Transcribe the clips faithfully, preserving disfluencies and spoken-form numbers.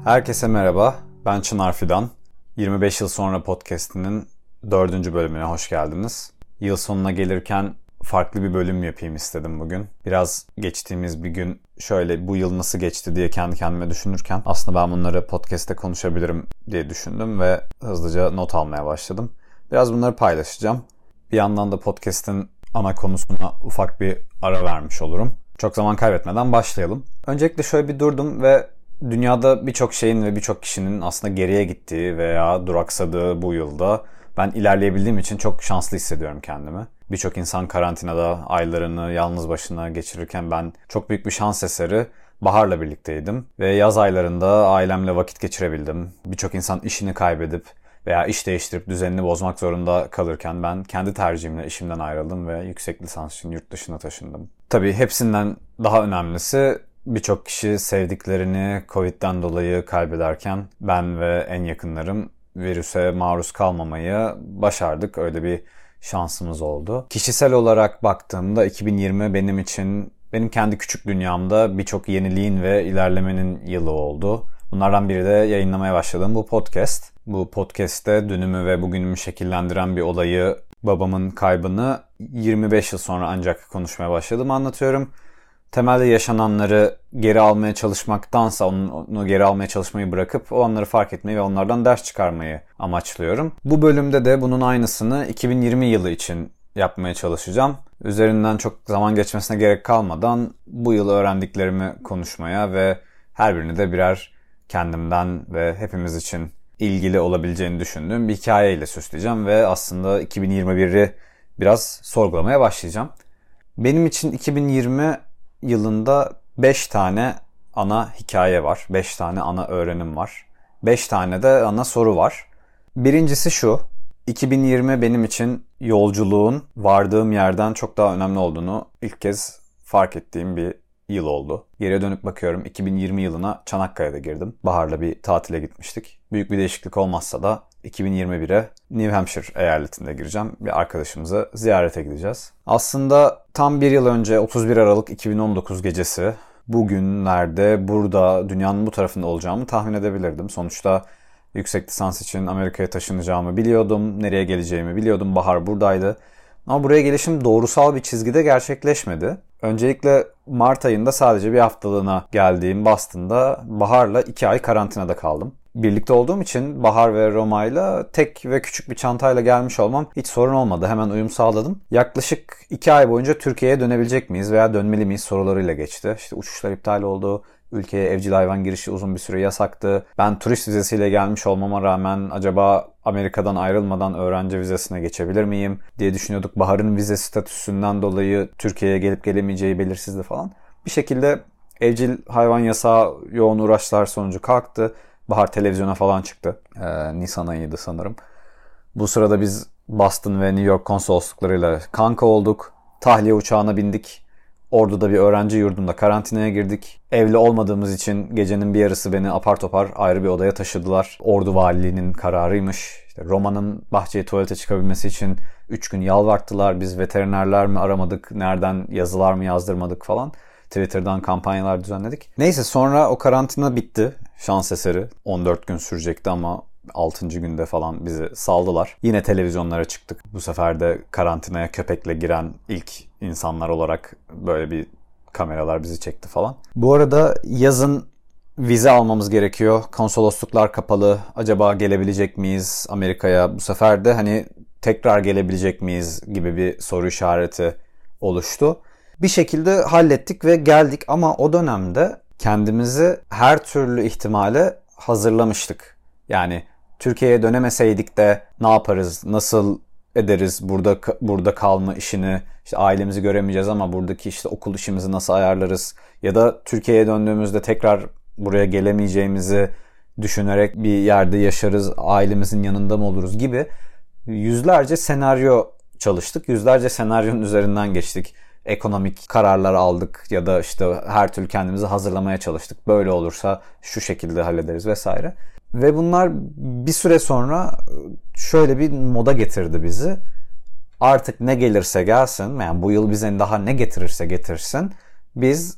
Herkese merhaba, ben Çınar Fidan. yirmi beş yıl sonra podcast'inin dördüncü bölümüne hoş geldiniz. Yıl sonuna gelirken farklı bir bölüm yapayım istedim bugün. Biraz geçtiğimiz bir gün şöyle bu yıl nasıl geçti diye kendi kendime düşünürken aslında ben bunları podcast'te konuşabilirim diye düşündüm ve hızlıca not almaya başladım. Biraz bunları paylaşacağım. Bir yandan da podcast'in ana konusuna ufak bir ara vermiş olurum. Çok zaman kaybetmeden başlayalım. Öncelikle şöyle bir durdum ve dünyada birçok şeyin ve birçok kişinin aslında geriye gittiği veya duraksadığı bu yılda ben ilerleyebildiğim için çok şanslı hissediyorum kendimi. Birçok insan karantinada aylarını yalnız başına geçirirken ben çok büyük bir şans eseri Bahar'la birlikteydim. Ve yaz aylarında ailemle vakit geçirebildim. Birçok insan işini kaybedip veya iş değiştirip düzenini bozmak zorunda kalırken ben kendi tercihimle işimden ayrıldım ve yüksek lisans için yurt dışına taşındım. Tabii hepsinden daha önemlisi birçok kişi sevdiklerini Covid'den dolayı kaybederken ben ve en yakınlarım virüse maruz kalmamayı başardık. Öyle bir şansımız oldu. Kişisel olarak baktığımda iki bin yirmi benim için, benim kendi küçük dünyamda birçok yeniliğin ve ilerlemenin yılı oldu. Bunlardan biri de yayınlamaya başladığım bu podcast. Bu podcast'te dünümü ve bugünümü şekillendiren bir olayı, babamın kaybını yirmi beş yıl sonra ancak konuşmaya başladım anlatıyorum. Temelde yaşananları geri almaya çalışmaktansa onu geri almaya çalışmayı bırakıp o anları fark etmeyi ve onlardan ders çıkarmayı amaçlıyorum. Bu bölümde de bunun aynısını iki bin yirmi yılı için yapmaya çalışacağım. Üzerinden çok zaman geçmesine gerek kalmadan bu yıl öğrendiklerimi konuşmaya ve her birini de birer kendimden ve hepimiz için ilgili olabileceğini düşündüğüm bir hikayeyle süsleyeceğim ve aslında iki bin yirmi biri biraz sorgulamaya başlayacağım. Benim için iki bin yirmi yılında beş tane ana hikaye var. beş tane ana öğrenim var. beş tane de ana soru var. Birincisi şu. iki bin yirmi benim için yolculuğun vardığım yerden çok daha önemli olduğunu ilk kez fark ettiğim bir yıl oldu. Geriye dönüp bakıyorum, iki bin yirmi yılına Çanakkale'de girdim. Bahar'la bir tatile gitmiştik. Büyük bir değişiklik olmazsa da iki bin yirmi bire New Hampshire eyaletinde gireceğim. Bir arkadaşımızı ziyarete gideceğiz. Aslında tam bir yıl önce otuz bir Aralık iki bin on dokuz gecesi bugünlerde burada dünyanın bu tarafında olacağımı tahmin edebilirdim. Sonuçta yüksek lisans için Amerika'ya taşınacağımı biliyordum. Nereye geleceğimi biliyordum. Bahar buradaydı. Ama buraya gelişim doğrusal bir çizgide gerçekleşmedi. Öncelikle Mart ayında sadece bir haftalığına geldiğim Boston'da Bahar'la iki ay karantinada kaldım. Birlikte olduğum için Bahar ve Roma'yla tek ve küçük bir çantayla gelmiş olmam hiç sorun olmadı. Hemen uyum sağladım. Yaklaşık iki ay boyunca Türkiye'ye dönebilecek miyiz veya dönmeli miyiz sorularıyla geçti. İşte uçuşlar iptal oldu. Ülkeye evcil hayvan girişi uzun bir süre yasaktı. Ben turist vizesiyle gelmiş olmama rağmen acaba Amerika'dan ayrılmadan öğrenci vizesine geçebilir miyim diye düşünüyorduk. Bahar'ın vize statüsünden dolayı Türkiye'ye gelip gelemeyeceği belirsizdi falan. Bir şekilde evcil hayvan yasağı yoğun uğraşlar sonucu kalktı. Bahar televizyona falan çıktı. Ee, Nisan ayıydı sanırım. Bu sırada biz Boston ve New York konsolosluklarıyla kanka olduk. Tahliye uçağına bindik. Ordu'da bir öğrenci yurdunda karantinaya girdik. Evli olmadığımız için gecenin bir yarısı beni apar topar ayrı bir odaya taşıdılar. Ordu valiliğinin kararıymış. İşte Roma'nın bahçeye tuvalete çıkabilmesi için üç gün yalvarttılar. Biz veterinerler mi aramadık, nereden yazılar mı yazdırmadık falan. Twitter'dan kampanyalar düzenledik. Neyse sonra o karantina bitti. Şans eseri. on dört gün sürecekti ama altıncı günde falan bizi saldılar. Yine televizyonlara çıktık. Bu sefer de karantinaya köpekle giren ilk insanlar olarak böyle bir kameralar bizi çekti falan. Bu arada yazın vize almamız gerekiyor. Konsolosluklar kapalı. Acaba gelebilecek miyiz Amerika'ya? Bu sefer de hani tekrar gelebilecek miyiz gibi bir soru işareti oluştu. Bir şekilde hallettik ve geldik ama o dönemde kendimizi her türlü ihtimale hazırlamıştık. Yani Türkiye'ye dönemeseydik de ne yaparız, nasıl ederiz, burada burada kalma işini, işte ailemizi göremeyeceğiz ama buradaki işte okul işimizi nasıl ayarlarız ya da Türkiye'ye döndüğümüzde tekrar buraya gelemeyeceğimizi düşünerek bir yerde yaşarız, ailemizin yanında mı oluruz gibi yüzlerce senaryo çalıştık, yüzlerce senaryonun üzerinden geçtik. Ekonomik kararlar aldık ya da işte her türlü kendimizi hazırlamaya çalıştık. Böyle olursa şu şekilde hallederiz vesaire. Ve bunlar bir süre sonra şöyle bir moda getirdi bizi. Artık ne gelirse gelsin, yani bu yıl bize daha ne getirirse getirsin, biz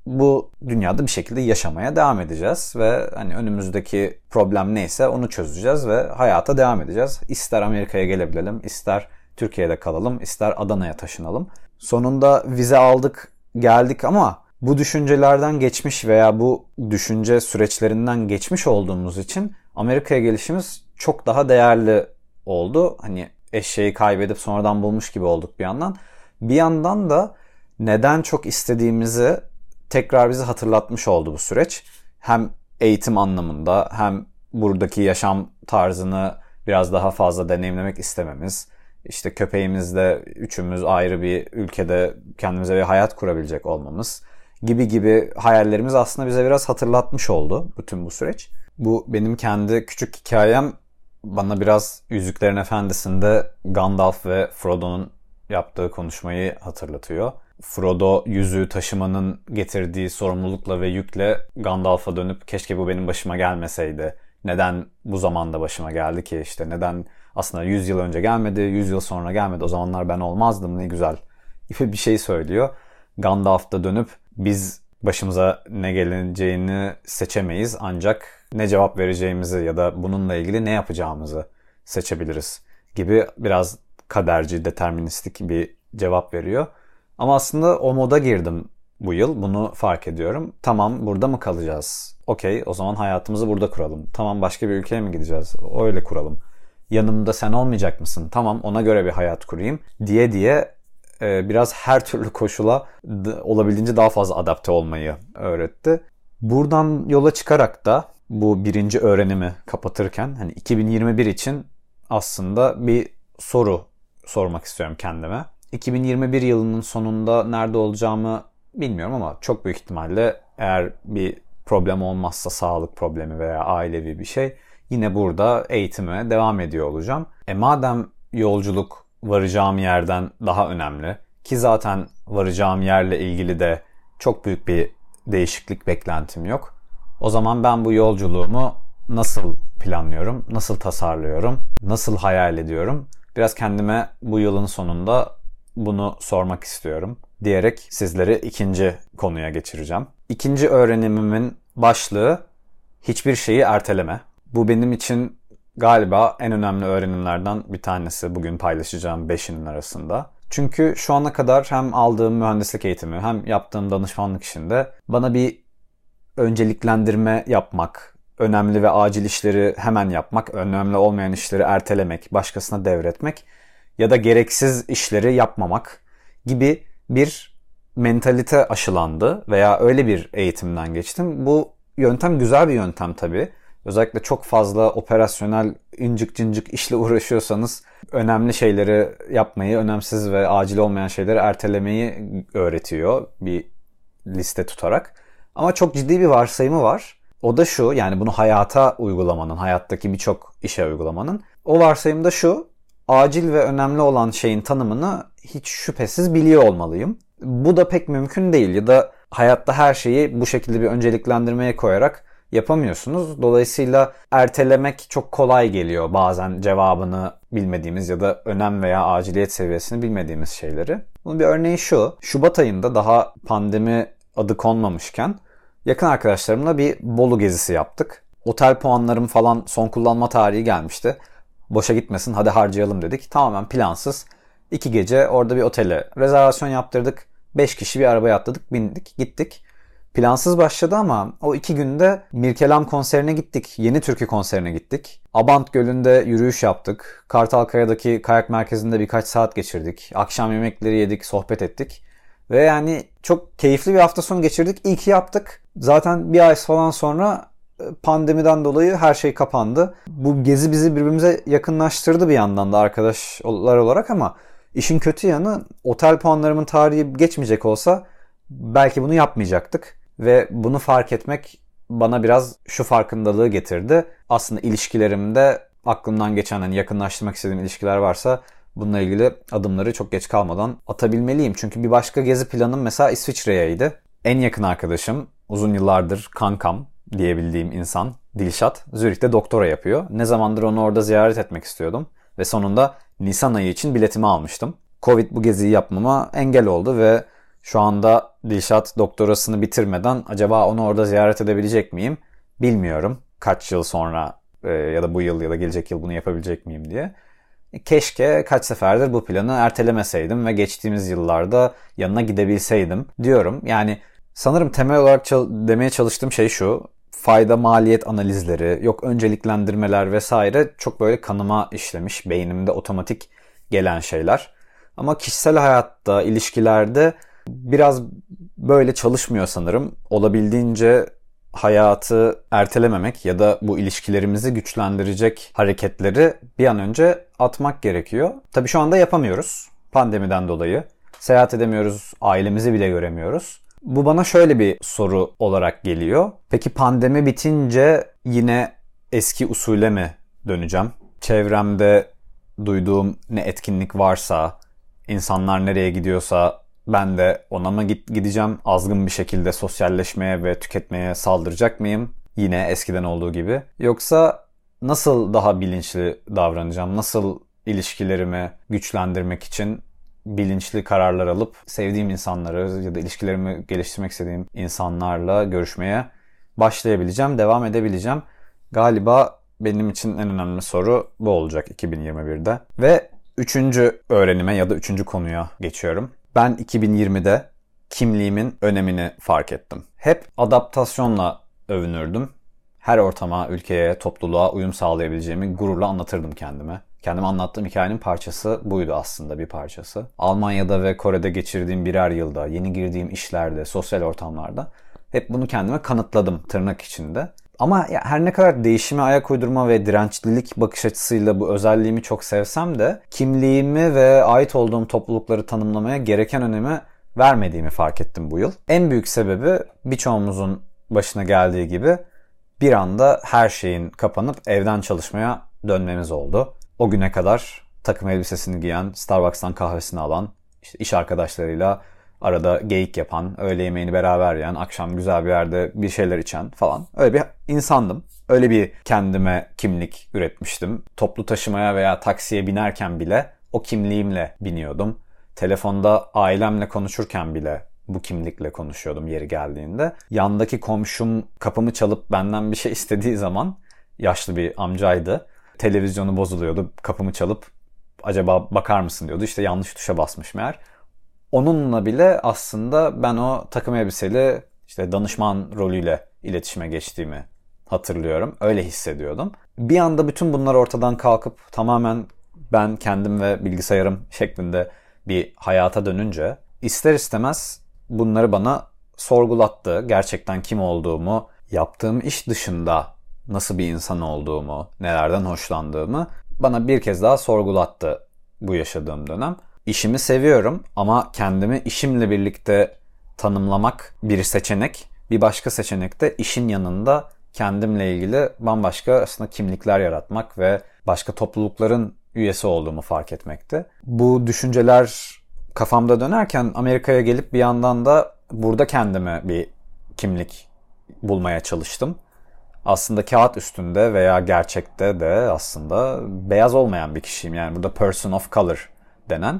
bu dünyada bir şekilde yaşamaya devam edeceğiz ve hani önümüzdeki problem neyse onu çözeceğiz ve hayata devam edeceğiz. İster Amerika'ya gelebilelim, ister Türkiye'de kalalım, ister Adana'ya taşınalım. Sonunda vize aldık, geldik ama bu düşüncelerden geçmiş veya bu düşünce süreçlerinden geçmiş olduğumuz için Amerika'ya gelişimiz çok daha değerli oldu. Hani eşeği kaybedip sonradan bulmuş gibi olduk bir yandan. Bir yandan da neden çok istediğimizi tekrar bizi hatırlatmış oldu bu süreç. Hem eğitim anlamında hem buradaki yaşam tarzını biraz daha fazla deneyimlemek istememiz. İşte köpeğimizle üçümüz ayrı bir ülkede kendimize bir hayat kurabilecek olmamız gibi gibi hayallerimiz aslında bize biraz hatırlatmış oldu bütün bu süreç. Bu benim kendi küçük hikayem bana biraz Yüzüklerin Efendisi'nde Gandalf ve Frodo'nun yaptığı konuşmayı hatırlatıyor. Frodo yüzüğü taşımanın getirdiği sorumlulukla ve yükle Gandalf'a dönüp keşke bu benim başıma gelmeseydi. Neden bu zamanda başıma geldi ki işte neden aslında yüz yıl önce gelmedi, yüz yıl sonra gelmedi o zamanlar ben olmazdım ne güzel gibi bir şey söylüyor. Gandalf da dönüp biz başımıza ne geleceğini seçemeyiz ancak ne cevap vereceğimizi ya da bununla ilgili ne yapacağımızı seçebiliriz gibi biraz kaderci, deterministik bir cevap veriyor. Ama aslında o moda girdim bu yıl. Bunu fark ediyorum. Tamam burada mı kalacağız? Okey o zaman hayatımızı burada kuralım. Tamam başka bir ülkeye mi gideceğiz? Öyle kuralım. Yanımda sen olmayacak mısın? Tamam ona göre bir hayat kurayım diye diye e, biraz her türlü koşula d- olabildiğince daha fazla adapte olmayı öğretti. Buradan yola çıkarak da bu birinci öğrenimi kapatırken hani iki bin yirmi bir için aslında bir soru sormak istiyorum kendime. iki bin yirmi bir yılının sonunda nerede olacağımı bilmiyorum ama çok büyük ihtimalle eğer bir problem olmazsa sağlık problemi veya ailevi bir şey yine burada eğitime devam ediyor olacağım. E madem yolculuk varacağım yerden daha önemli ki zaten varacağım yerle ilgili de çok büyük bir değişiklik beklentim yok. O zaman ben bu yolculuğumu nasıl planlıyorum, nasıl tasarlıyorum, nasıl hayal ediyorum? Biraz kendime bu yılın sonunda bunu sormak istiyorum diyerek sizleri ikinci konuya geçireceğim. İkinci öğrenimimin başlığı hiçbir şeyi erteleme. Bu benim için galiba en önemli öğrenimlerden bir tanesi bugün paylaşacağım beşinin arasında. Çünkü şu ana kadar hem aldığım mühendislik eğitimi hem yaptığım danışmanlık işinde bana bir önceliklendirme yapmak, önemli ve acil işleri hemen yapmak, önemli olmayan işleri ertelemek, başkasına devretmek ya da gereksiz işleri yapmamak gibi bir mentalite aşılandı veya öyle bir eğitimden geçtim. Bu yöntem güzel bir yöntem tabii. Özellikle çok fazla operasyonel incik cincik işle uğraşıyorsanız önemli şeyleri yapmayı, önemsiz ve acil olmayan şeyleri ertelemeyi öğretiyor bir liste tutarak. Ama çok ciddi bir varsayımı var. O da şu, yani bunu hayata uygulamanın, hayattaki birçok işe uygulamanın. O varsayım da şu, acil ve önemli olan şeyin tanımını hiç şüphesiz biliyor olmalıyım. Bu da pek mümkün değil ya da hayatta her şeyi bu şekilde bir önceliklendirmeye koyarak yapamıyorsunuz. Dolayısıyla ertelemek çok kolay geliyor bazen cevabını bilmediğimiz ya da önem veya aciliyet seviyesini bilmediğimiz şeyleri. Bunun bir örneği şu, Şubat ayında daha pandemi adı konmamışken yakın arkadaşlarımla bir Bolu gezisi yaptık. Otel puanlarım falan son kullanma tarihi gelmişti. Boşa gitmesin hadi harcayalım dedik. Tamamen plansız. İki gece orada bir otele rezervasyon yaptırdık. Beş kişi bir arabaya atladık, bindik, gittik. Plansız başladı ama o iki günde Mirkelam konserine gittik. Yeni Türkü konserine gittik. Abant Gölü'nde yürüyüş yaptık. Kartalkaya'daki kayak merkezinde birkaç saat geçirdik. Akşam yemekleri yedik, sohbet ettik. Ve yani çok keyifli bir hafta sonu geçirdik. İyi ki yaptık. Zaten bir ay falan sonra pandemiden dolayı her şey kapandı. Bu gezi bizi birbirimize yakınlaştırdı bir yandan da arkadaşlar olarak ama işin kötü yanı otel puanlarımın tarihi geçmeyecek olsa belki bunu yapmayacaktık. Ve bunu fark etmek bana biraz şu farkındalığı getirdi. Aslında ilişkilerimde aklımdan geçen hani yakınlaştırmak istediğim ilişkiler varsa bununla ilgili adımları çok geç kalmadan atabilmeliyim. Çünkü bir başka gezi planım mesela İsviçre'yeydi. En yakın arkadaşım, uzun yıllardır kankam diyebildiğim insan Dilşat, Zürih'te doktora yapıyor. Ne zamandır onu orada ziyaret etmek istiyordum. Ve sonunda Nisan ayı için biletimi almıştım. Covid bu geziyi yapmama engel oldu ve şu anda Dilşat doktorasını bitirmeden acaba onu orada ziyaret edebilecek miyim? Bilmiyorum. Kaç yıl sonra e, ya da bu yıl ya da gelecek yıl bunu yapabilecek miyim diye. Keşke kaç seferdir bu planı ertelemeseydim ve geçtiğimiz yıllarda yanına gidebilseydim diyorum. Yani sanırım temel olarak çal- demeye çalıştığım şey şu. Fayda maliyet analizleri, yok önceliklendirmeler vesaire çok böyle kanıma işlemiş, beynimde otomatik gelen şeyler. Ama kişisel hayatta, ilişkilerde biraz böyle çalışmıyor sanırım. Olabildiğince hayatı ertelememek ya da bu ilişkilerimizi güçlendirecek hareketleri bir an önce atmak gerekiyor. Tabii şu anda yapamıyoruz pandemiden dolayı. Seyahat edemiyoruz, ailemizi bile göremiyoruz. Bu bana şöyle bir soru olarak geliyor. Peki pandemi bitince yine eski usule mi döneceğim? Çevremde duyduğum ne etkinlik varsa, insanlar nereye gidiyorsa ben de ona mı gideceğim? Azgın bir şekilde sosyalleşmeye ve tüketmeye saldıracak mıyım? Yine eskiden olduğu gibi. Yoksa nasıl daha bilinçli davranacağım? Nasıl ilişkilerimi güçlendirmek için bilinçli kararlar alıp sevdiğim insanları ya da ilişkilerimi geliştirmek istediğim insanlarla görüşmeye başlayabileceğim, devam edebileceğim? Galiba benim için en önemli soru bu olacak iki bin yirmi birde. Ve üçüncü öğrenime ya da üçüncü konuya geçiyorum. Ben iki bin yirmide kimliğimin önemini fark ettim. Hep adaptasyonla övünürdüm. Her ortama, ülkeye, topluluğa uyum sağlayabileceğimi gururla anlatırdım kendime. Kendime anlattığım hikayenin parçası buydu aslında, bir parçası. Almanya'da ve Kore'de geçirdiğim birer yılda, yeni girdiğim işlerde, sosyal ortamlarda hep bunu kendime kanıtladım tırnak içinde. Ama her ne kadar değişime ayak uydurma ve dirençlilik bakış açısıyla bu özelliğimi çok sevsem de kimliğimi ve ait olduğum toplulukları tanımlamaya gereken önemi vermediğimi fark ettim bu yıl. En büyük sebebi birçoğumuzun başına geldiği gibi bir anda her şeyin kapanıp evden çalışmaya dönmemiz oldu. O güne kadar takım elbisesini giyen, Starbucks'tan kahvesini alan, işte iş arkadaşlarıyla arada geyik yapan, öğle yemeğini beraber yiyen, akşam güzel bir yerde bir şeyler içen falan. Öyle bir insandım. Öyle bir kendime kimlik üretmiştim. Toplu taşımaya veya taksiye binerken bile o kimliğimle biniyordum. Telefonda ailemle konuşurken bile bu kimlikle konuşuyordum yeri geldiğinde. Yandaki komşum kapımı çalıp benden bir şey istediği zaman, yaşlı bir amcaydı. Televizyonu bozuluyordu. Kapımı çalıp acaba bakar mısın diyordu. İşte yanlış tuşa basmış meğer. Onunla bile aslında ben o takım elbiseli işte danışman rolüyle iletişime geçtiğimi hatırlıyorum. Öyle hissediyordum. Bir anda bütün bunlar ortadan kalkıp tamamen ben kendim ve bilgisayarım şeklinde bir hayata dönünce ister istemez bunları bana sorgulattı. Gerçekten kim olduğumu, yaptığım iş dışında nasıl bir insan olduğumu, nelerden hoşlandığımı bana bir kez daha sorgulattı bu yaşadığım dönem. İşimi seviyorum ama kendimi işimle birlikte tanımlamak bir seçenek. Bir başka seçenek de işin yanında kendimle ilgili bambaşka aslında kimlikler yaratmak ve başka toplulukların üyesi olduğumu fark etmekti. Bu düşünceler kafamda dönerken Amerika'ya gelip bir yandan da burada kendime bir kimlik bulmaya çalıştım. Aslında kağıt üstünde veya gerçekte de aslında beyaz olmayan bir kişiyim. Yani burada person of color denen.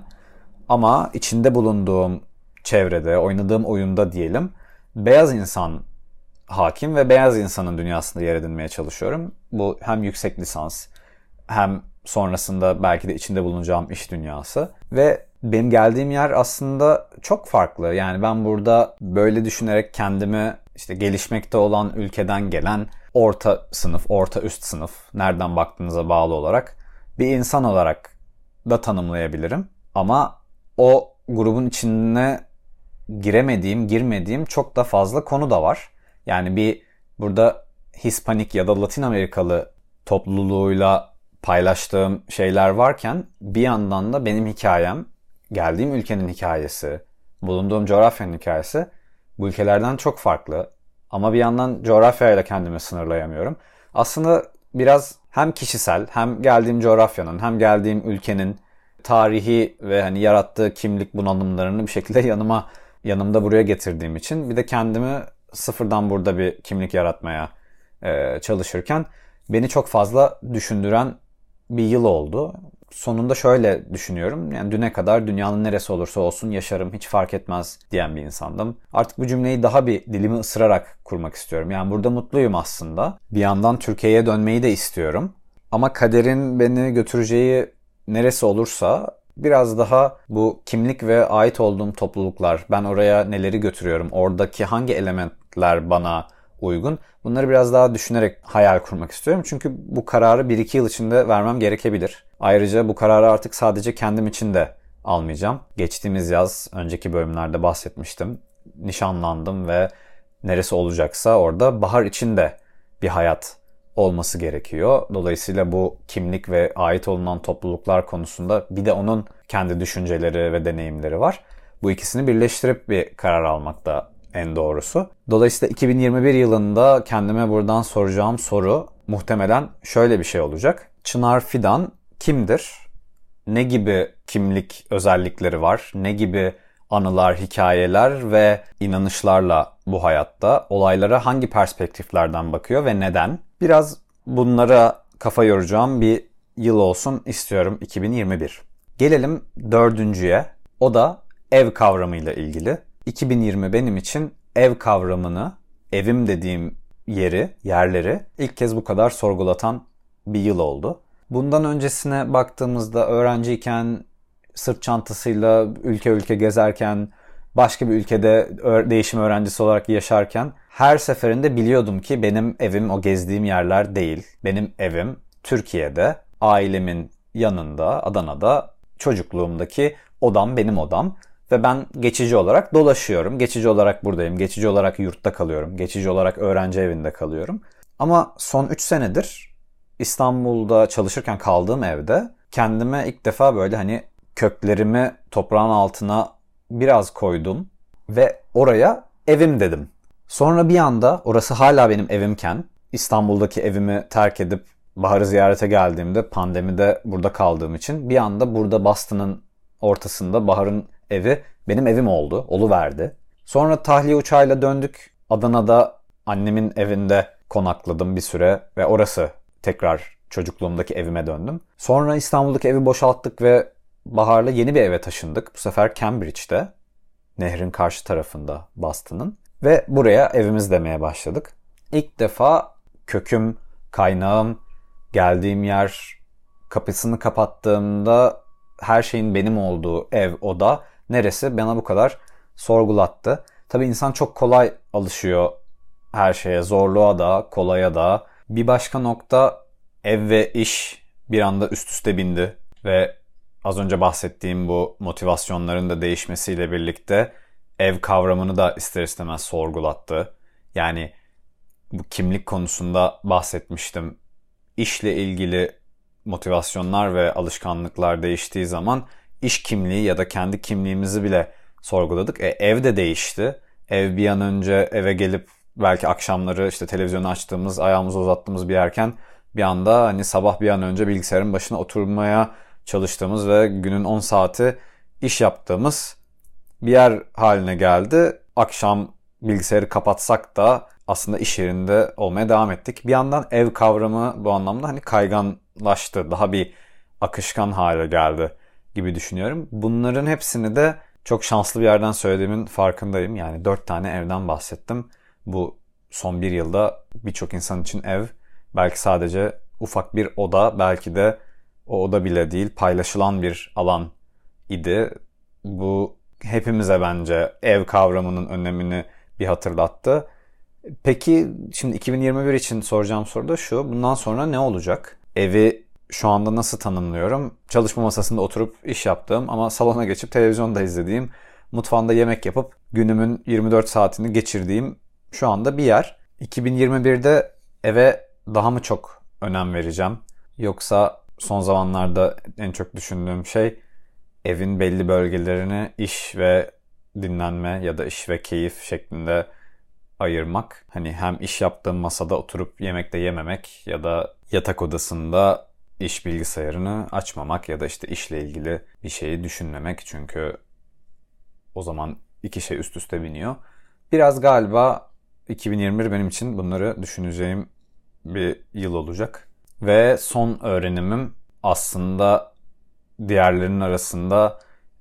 Ama içinde bulunduğum çevrede, oynadığım oyunda diyelim, beyaz insan hakim ve beyaz insanın dünyasında yer edinmeye çalışıyorum. Bu hem yüksek lisans hem sonrasında belki de içinde bulunacağım iş dünyası. Ve benim geldiğim yer aslında çok farklı. Yani ben burada böyle düşünerek kendimi işte gelişmekte olan ülkeden gelen orta sınıf, orta üst sınıf, nereden baktığınıza bağlı olarak bir insan olarak da tanımlayabilirim. Ama o grubun içine giremediğim, girmediğim çok da fazla konu da var. Yani bir burada Hispanik ya da Latin Amerikalı topluluğuyla paylaştığım şeyler varken bir yandan da benim hikayem, geldiğim ülkenin hikayesi, bulunduğum coğrafyanın hikayesi bu ülkelerden çok farklı. Ama bir yandan coğrafyayla kendimi sınırlayamıyorum. Aslında biraz hem kişisel hem geldiğim coğrafyanın hem geldiğim ülkenin tarihi ve hani yarattığı kimlik bunalımlarını bir şekilde yanıma yanımda buraya getirdiğim için bir de kendimi sıfırdan burada bir kimlik yaratmaya e, çalışırken beni çok fazla düşündüren bir yıl oldu. sonunda şöyle düşünüyorum. Yani düne kadar dünyanın neresi olursa olsun yaşarım, hiç fark etmez diyen bir insandım. Artık bu cümleyi daha bir dilimi ısırarak kurmak istiyorum. Yani burada mutluyum aslında. Bir yandan Türkiye'ye dönmeyi de istiyorum. Ama kaderin beni götüreceği neresi olursa biraz daha bu kimlik ve ait olduğum topluluklar, ben oraya neleri götürüyorum, oradaki hangi elementler bana uygun, bunları biraz daha düşünerek hayal kurmak istiyorum. Çünkü bu kararı bir iki yıl içinde vermem gerekebilir. Ayrıca bu kararı artık sadece kendim için de almayacağım. Geçtiğimiz yaz, önceki bölümlerde bahsetmiştim. Nişanlandım ve neresi olacaksa orada bahar için de bir hayat olması gerekiyor. Dolayısıyla bu kimlik ve ait olunan topluluklar konusunda bir de onun kendi düşünceleri ve deneyimleri var. Bu ikisini birleştirip bir karar almak da en doğrusu. Dolayısıyla iki bin yirmi bir yılında kendime buradan soracağım soru muhtemelen şöyle bir şey olacak. Çınar Fidan kimdir? Ne gibi kimlik özellikleri var? Ne gibi anılar, hikayeler ve inanışlarla bu hayatta? Olaylara hangi perspektiflerden bakıyor ve neden? Biraz bunlara kafa yoracağım bir yıl olsun istiyorum iki bin yirmi bir. Gelelim dördüncüye. O da ev kavramıyla ilgili. iki bin yirmi benim için ev kavramını, evim dediğim yeri, yerleri ilk kez bu kadar sorgulatan bir yıl oldu. Bundan öncesine baktığımızda öğrenciyken sırt çantasıyla ülke ülke gezerken, başka bir ülkede değişim öğrencisi olarak yaşarken her seferinde biliyordum ki benim evim o gezdiğim yerler değil. Benim evim Türkiye'de, ailemin yanında, Adana'da, çocukluğumdaki odam benim odam. Ve ben geçici olarak dolaşıyorum. Geçici olarak buradayım. Geçici olarak yurtta kalıyorum. Geçici olarak öğrenci evinde kalıyorum. Ama son üç senedir İstanbul'da çalışırken kaldığım evde kendime ilk defa böyle hani köklerimi toprağın altına biraz koydum ve oraya evim dedim. Sonra bir anda orası hala benim evimken İstanbul'daki evimi terk edip Bahar'ı ziyarete geldiğimde pandemide burada kaldığım için bir anda burada Boston'ın ortasında Bahar'ın evi benim evim oldu. Oluverdi. Sonra tahliye uçağıyla döndük. Adana'da annemin evinde konakladım bir süre ve orası tekrar çocukluğumdaki evime döndüm. Sonra İstanbul'daki evi boşalttık ve Bahar'la yeni bir eve taşındık. Bu sefer Cambridge'de, nehrin karşı tarafında Boston'ın. Ve buraya evimiz demeye başladık. İlk defa köküm, kaynağım, geldiğim yer, kapısını kapattığımda her şeyin benim olduğu ev, oda neresi bana bu kadar sorgulattı. Tabii insan çok kolay alışıyor her şeye, zorluğa da, kolaya da. Bir başka nokta, ev ve iş bir anda üst üste bindi ve az önce bahsettiğim bu motivasyonların da değişmesiyle birlikte ev kavramını da ister istemez sorgulattı. Yani bu kimlik konusunda bahsetmiştim. İşle ilgili motivasyonlar ve alışkanlıklar değiştiği zaman iş kimliği ya da kendi kimliğimizi bile sorguladık. E, ev de değişti. Ev bir an önce eve gelip belki akşamları işte televizyonu açtığımız, ayağımızı uzattığımız bir yerken bir anda hani sabah bir an önce bilgisayarın başına oturmaya çalıştığımız ve günün on saati iş yaptığımız bir yer haline geldi. Akşam bilgisayarı kapatsak da aslında iş yerinde olmaya devam ettik. Bir yandan ev kavramı bu anlamda hani kayganlaştı. Daha bir akışkan hale geldi gibi düşünüyorum. Bunların hepsini de çok şanslı bir yerden söylediğimin farkındayım. Yani dört tane evden bahsettim. Bu son bir yılda birçok insan için ev belki sadece ufak bir oda, belki de o oda bile değil paylaşılan bir alan idi. Bu hepimize bence ev kavramının önemini bir hatırlattı. Peki şimdi iki bin yirmi bir için soracağım soru da şu. Bundan sonra ne olacak? Evi şu anda nasıl tanımlıyorum? Çalışma masasında oturup iş yaptığım ama salona geçip televizyonda izlediğim, mutfağında yemek yapıp günümün yirmi dört saatini geçirdiğim şu anda bir yer. iki bin yirmi birde eve daha mı çok önem vereceğim? Yoksa son zamanlarda en çok düşündüğüm şey evin belli bölgelerini iş ve dinlenme ya da iş ve keyif şeklinde ayırmak. Hani hem iş yaptığım masada oturup yemek de yememek ya da yatak odasında iş bilgisayarını açmamak ya da işte işle ilgili bir şeyi düşünmemek. Çünkü o zaman iki şey üst üste biniyor. Biraz galiba iki bin yirmi bir benim için bunları düşüneceğim bir yıl olacak. Ve son öğrenimim aslında diğerlerinin arasında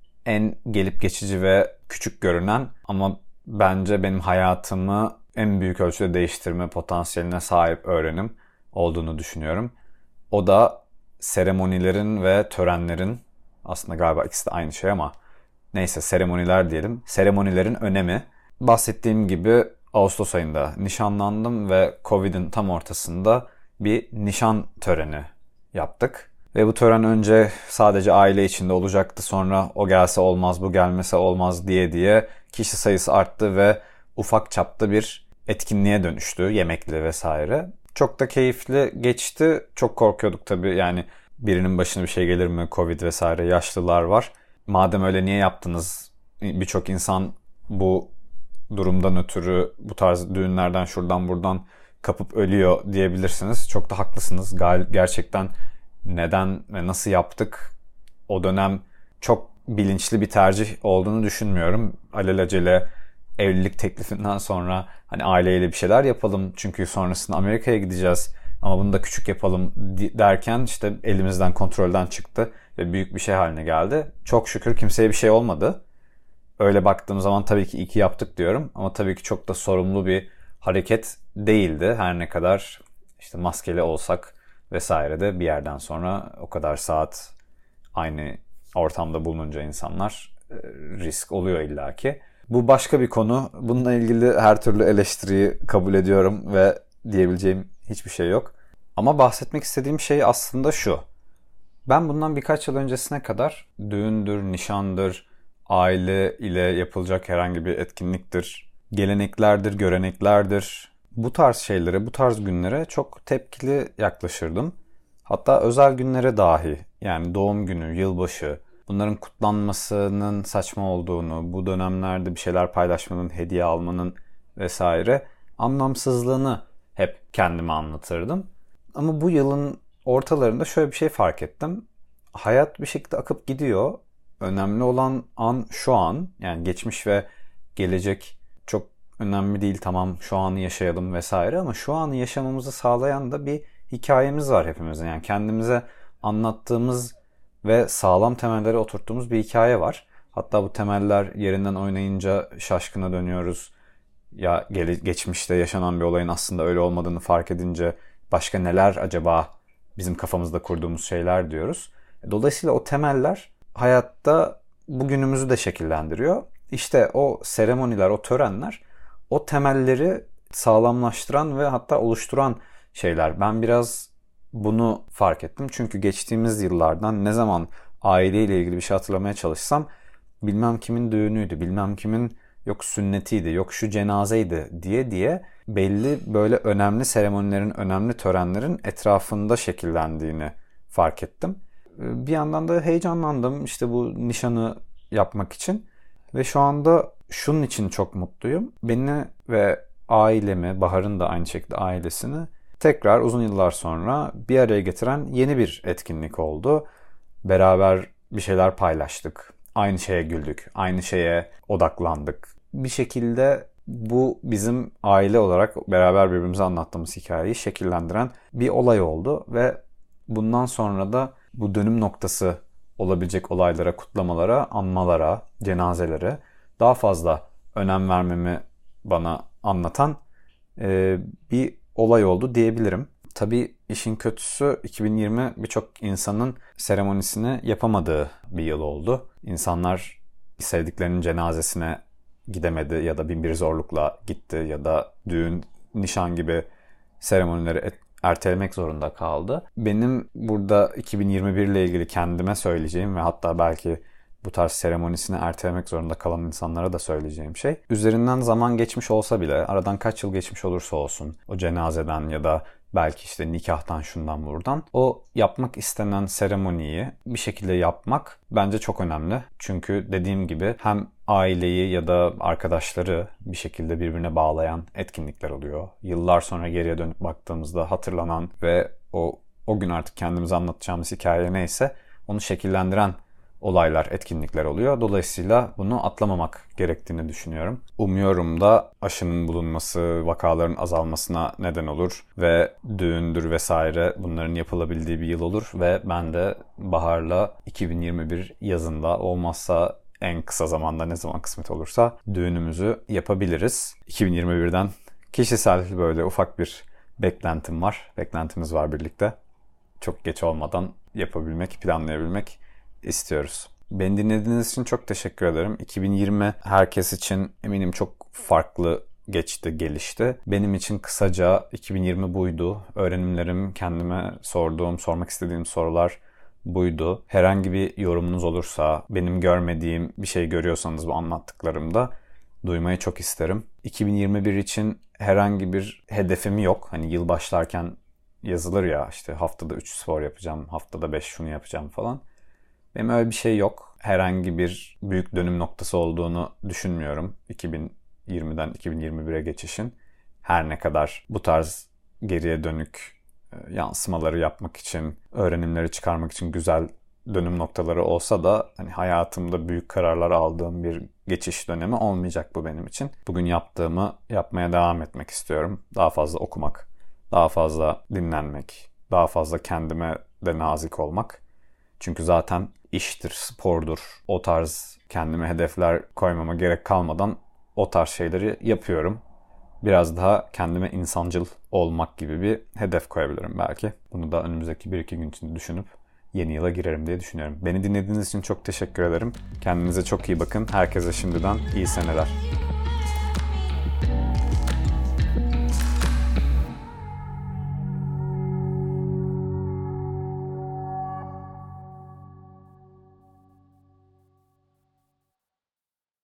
en gelip geçici ve küçük görünen ama bence benim hayatımı en büyük ölçüde değiştirme potansiyeline sahip öğrenim olduğunu düşünüyorum. O da seremonilerin ve törenlerin, aslında galiba ikisi de aynı şey ama neyse seremoniler diyelim. Seremonilerin önemi. Bahsettiğim gibi Ağustos ayında nişanlandım ve Covid'in tam ortasında bir nişan töreni yaptık. Ve bu tören önce sadece aile içinde olacaktı. Sonra o gelse olmaz, bu gelmese olmaz diye diye kişi sayısı arttı ve ufak çapta bir etkinliğe dönüştü. Yemekli vesaire. Çok da keyifli geçti. Çok korkuyorduk tabii, yani birinin başına bir şey gelir mi, Covid vesaire, yaşlılar var. Madem öyle niye yaptınız? Birçok insan bu durumdan ötürü bu tarz düğünlerden şuradan buradan kapıp ölüyor diyebilirsiniz. Çok da haklısınız. Gal- gerçekten neden ve nasıl yaptık? O dönem çok bilinçli bir tercih olduğunu düşünmüyorum. Alelacele evlilik teklifinden sonra hani aileyle bir şeyler yapalım çünkü sonrasında Amerika'ya gideceğiz ama bunu da küçük yapalım derken işte elimizden, kontrolden çıktı ve büyük bir şey haline geldi. Çok şükür kimseye bir şey olmadı. Öyle baktığım zaman tabii ki iyi ki yaptık diyorum ama tabii ki çok da sorumlu bir hareket değildi. Her ne kadar işte maskeli olsak vesaire de bir yerden sonra o kadar saat aynı ortamda bulununca insanlar risk oluyor illaki. Bu başka bir konu. Bununla ilgili her türlü eleştiriyi kabul ediyorum ve diyebileceğim hiçbir şey yok. Ama bahsetmek istediğim şey aslında şu. Ben bundan birkaç yıl öncesine kadar düğündür, nişandır, aile ile yapılacak herhangi bir etkinliktir, geleneklerdir, göreneklerdir. Bu tarz şeylere, bu tarz günlere çok tepkili yaklaşırdım. Hatta özel günlere dahi, yani doğum günü, yılbaşı, bunların kutlanmasının saçma olduğunu, bu dönemlerde bir şeyler paylaşmanın, hediye almanın vesaire anlamsızlığını hep kendime anlatırdım. Ama bu yılın ortalarında şöyle bir şey fark ettim. Hayat bir şekilde akıp gidiyor. Önemli olan an şu an. Yani geçmiş ve gelecek çok önemli değil. Tamam, şu anı yaşayalım vesaire ama şu anı yaşamamızı sağlayan da bir hikayemiz var hepimizin. Yani kendimize anlattığımız ve sağlam temellere oturttuğumuz bir hikaye var. Hatta bu temeller yerinden oynayınca şaşkına dönüyoruz. Ya geçmişte yaşanan bir olayın aslında öyle olmadığını fark edince başka neler acaba bizim kafamızda kurduğumuz şeyler diyoruz. Dolayısıyla o temeller hayatta bugünümüzü de şekillendiriyor. İşte o seremoniler, o törenler o temelleri sağlamlaştıran ve hatta oluşturan şeyler. Ben biraz bunu fark ettim. Çünkü geçtiğimiz yıllardan ne zaman aileyle ilgili bir şey hatırlamaya çalışsam bilmem kimin düğünüydü, bilmem kimin yok sünnetiydi, yok şu cenazeydi diye diye belli böyle önemli seremonilerin, önemli törenlerin etrafında şekillendiğini fark ettim. Bir yandan da heyecanlandım işte bu nişanı yapmak için ve şu anda şunun için çok mutluyum. Beni ve ailemi, Bahar'ın da aynı şekilde ailesini tekrar uzun yıllar sonra bir araya getiren yeni bir etkinlik oldu. Beraber bir şeyler paylaştık. Aynı şeye güldük. Aynı şeye odaklandık. Bir şekilde bu bizim aile olarak beraber birbirimize anlattığımız hikayeyi şekillendiren bir olay oldu. Ve bundan sonra da bu dönüm noktası olabilecek olaylara, kutlamalara, anmalara, cenazelere daha fazla önem vermemi bana anlatan e, bir olay oldu diyebilirim. Tabii işin kötüsü iki bin yirmi birçok insanın seremonisini yapamadığı bir yıl oldu. İnsanlar sevdiklerinin cenazesine gidemedi ya da bin bir zorlukla gitti ya da düğün, nişan gibi seremonileri ertelemek zorunda kaldı. Benim burada iki bin yirmi bir ile ilgili kendime söyleyeceğim ve hatta belki bu tarz seremonisini ertelemek zorunda kalan insanlara da söyleyeceğim şey. Üzerinden zaman geçmiş olsa bile, aradan kaç yıl geçmiş olursa olsun, o cenazeden ya da belki işte nikahtan şundan buradan, o yapmak istenen seremoniyi bir şekilde yapmak bence çok önemli. Çünkü dediğim gibi hem aileyi ya da arkadaşları bir şekilde birbirine bağlayan etkinlikler oluyor. Yıllar sonra geriye dönüp baktığımızda hatırlanan ve o o gün artık kendimize anlatacağımız hikaye neyse onu şekillendiren olaylar, etkinlikler oluyor. Dolayısıyla bunu atlamamak gerektiğini düşünüyorum. Umuyorum da aşının bulunması, vakaların azalmasına neden olur ve düğündür vesaire bunların yapılabildiği bir yıl olur ve ben de baharla iki bin yirmi bir yazında, olmazsa en kısa zamanda ne zaman kısmet olursa düğünümüzü yapabiliriz. iki bin yirmi birden kişisel böyle ufak bir beklentim var. Beklentimiz var birlikte. Çok geç olmadan yapabilmek, planlayabilmek istiyoruz. Beni dinlediğiniz için çok teşekkür ederim. iki bin yirmi herkes için eminim çok farklı geçti, gelişti. Benim için kısaca iki bin yirmi buydu. Öğrenimlerim, kendime sorduğum, sormak istediğim sorular buydu. Herhangi bir yorumunuz olursa, benim görmediğim bir şey görüyorsanız bu anlattıklarımda duymayı çok isterim. iki bin yirmi bir için herhangi bir hedefim yok. Hani yıl başlarken yazılır ya, işte haftada üç spor yapacağım, haftada beş şunu yapacağım falan. Benim öyle bir şey yok. Herhangi bir büyük dönüm noktası olduğunu düşünmüyorum iki bin yirmiden iki bin yirmi bire geçişin. Her ne kadar bu tarz geriye dönük yansımaları yapmak için, öğrenimleri çıkarmak için güzel dönüm noktaları olsa da hani hayatımda büyük kararlar aldığım bir geçiş dönemi olmayacak bu benim için. Bugün yaptığımı yapmaya devam etmek istiyorum. Daha fazla okumak, daha fazla dinlenmek, daha fazla kendime de nazik olmak. Çünkü zaten iştir, spordur, o tarz kendime hedefler koymama gerek kalmadan o tarz şeyleri yapıyorum. Biraz daha kendime insancıl olmak gibi bir hedef koyabilirim belki. Bunu da önümüzdeki bir iki gün içinde düşünüp yeni yıla girerim diye düşünüyorum. Beni dinlediğiniz için çok teşekkür ederim. Kendinize çok iyi bakın. Herkese şimdiden iyi seneler.